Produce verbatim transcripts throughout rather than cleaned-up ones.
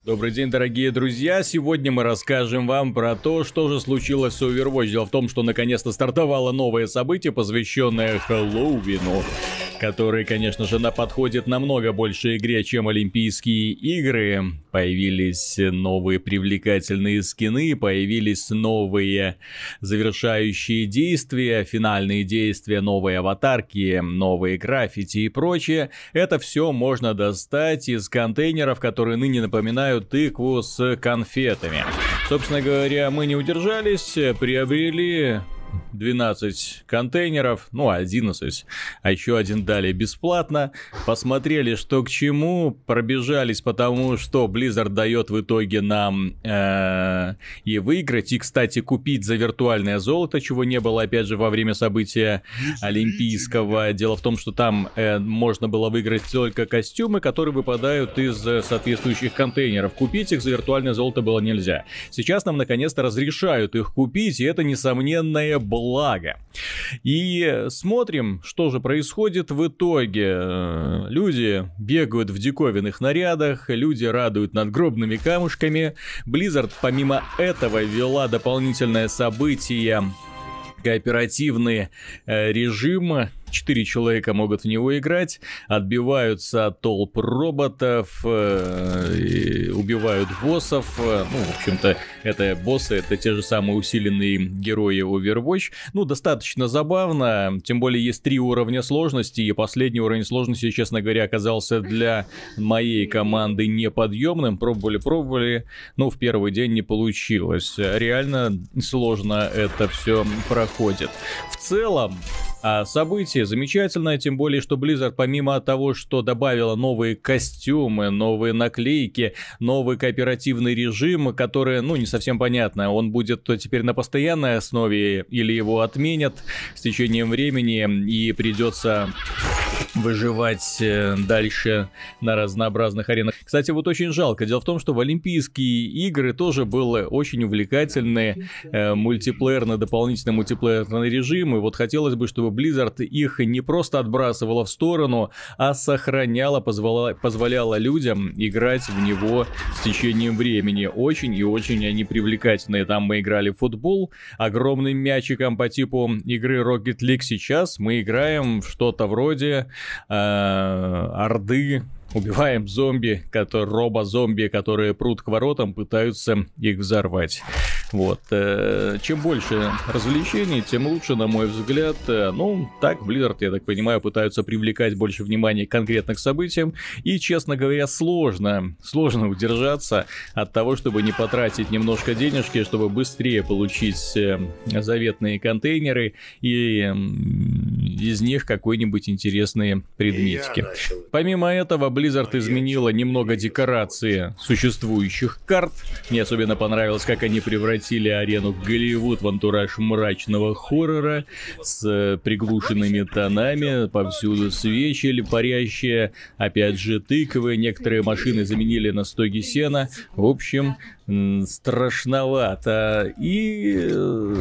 Добрый день, дорогие друзья! Сегодня мы расскажем вам про то, что же случилось с Overwatch. Дело в том, что наконец-то стартовало новое событие, посвященное Хэллоуину, который, конечно же, на подходит намного больше игре, чем Олимпийские игры. Появились новые привлекательные скины, появились новые завершающие действия, финальные действия, новые аватарки, новые граффити и прочее. Это все можно достать из контейнеров, которые ныне напоминают тыкву с конфетами. Собственно говоря, мы не удержались, приобрели двенадцать контейнеров, ну одиннадцать, а еще один дали бесплатно. Посмотрели, что к чему, пробежались, потому что Blizzard дает в итоге нам э, и выиграть, и, кстати, купить за виртуальное золото, чего не было, опять же, во время события Олимпийского. Дело в том, что там э, можно было выиграть только костюмы, которые выпадают из соответствующих контейнеров. Купить их за виртуальное золото было нельзя. Сейчас нам наконец-то разрешают их купить, и это несомненное благо. И смотрим, что же происходит в итоге. Люди бегают в диковинных нарядах, люди радуют надгробными камушками. Blizzard помимо этого ввела дополнительное событие, кооперативный э, режим. Четыре человека могут в него играть, отбиваются от толп роботов, э, убивают боссов. Ну, в общем-то, это боссы, это те же самые усиленные герои Overwatch. Ну, достаточно забавно, тем более есть три уровня сложности, и последний уровень сложности, честно говоря, оказался для моей команды неподъемным. Пробовали-пробовали, но в первый день не получилось. Реально сложно это все проходит. В целом, а событие замечательное, тем более, что Blizzard, помимо того, что добавила новые костюмы, новые наклейки, новый кооперативный режим, который, ну, не совсем понятно, он будет теперь на постоянной основе или его отменят с течением времени и придется выживать дальше на разнообразных аренах. Кстати, вот очень жалко. Дело в том, что в Олимпийские игры тоже был очень увлекательный э, мультиплеерный, дополнительный мультиплеерный режим. И вот хотелось бы, чтобы Blizzard их не просто отбрасывала в сторону, а сохраняла, позволяла, позволяла людям играть в него с течением времени. Очень и очень они привлекательные. Там мы играли в футбол огромным мячиком по типу игры Rocket League. Сейчас мы играем в что-то вроде э, Орды. Убиваем зомби, которые, робо-зомби, которые прут к воротам, пытаются их взорвать. Вот. Чем больше развлечений, тем лучше, на мой взгляд. Ну, так, Blizzard, я так понимаю, пытаются привлекать больше внимания к конкретным событиям. И, честно говоря, сложно, сложно удержаться от того, чтобы не потратить немножко денежки, чтобы быстрее получить заветные контейнеры и из них какой-нибудь интересные предметики. Помимо этого, Blizzard изменила немного декорации существующих карт. Мне особенно понравилось, как они превратили арену Голливуд в антураж мрачного хоррора с приглушенными тонами, повсюду свечи парящие, опять же тыквы, некоторые машины заменили на стоги сена. В общем, страшновато. И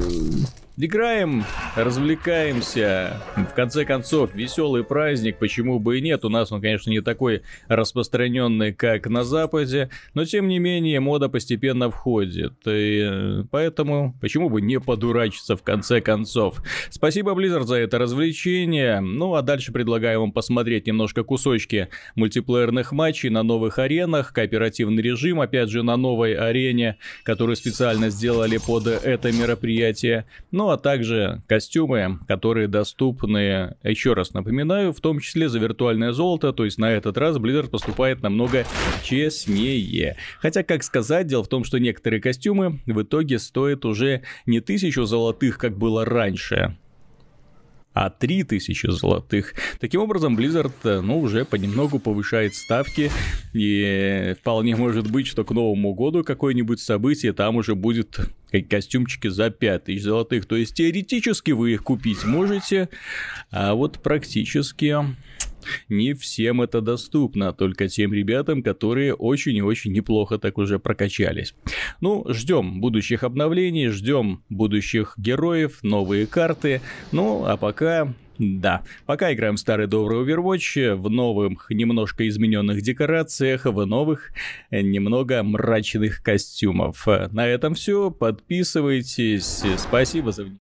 играем, развлекаемся. В конце концов, веселый праздник, почему бы и нет. У нас он, конечно, не такой распространенный, как на Западе, но тем не менее мода постепенно входит. И поэтому почему бы не подурачиться в конце концов. Спасибо, Blizzard, за это развлечение. Ну а дальше предлагаю вам посмотреть немножко кусочки мультиплеерных матчей на новых аренах, кооперативный режим, опять же, на новой арене, которую специально сделали под это мероприятие. Ну, а также костюмы, которые доступны, еще раз напоминаю, в том числе за виртуальное золото, то есть на этот раз Blizzard поступает намного честнее. Хотя, как сказать, дело в том, что некоторые костюмы в итоге стоят уже не тысячу золотых, как было раньше, а три тысячи золотых. Таким образом, Blizzard, ну, уже понемногу повышает ставки, и вполне может быть, что к Новому году какое-нибудь событие, там уже будет костюмчики за пять тысяч золотых. То есть, теоретически вы их купить можете, а вот практически не всем это доступно, только тем ребятам, которые очень и очень неплохо так уже прокачались. Ну, ждем будущих обновлений, ждем будущих героев, новые карты. Ну, а пока Да, пока играем в старый добрый Overwatch, в новых, немножко измененных декорациях, в новых, немного мрачных костюмов. На этом все, подписывайтесь, спасибо за внимание.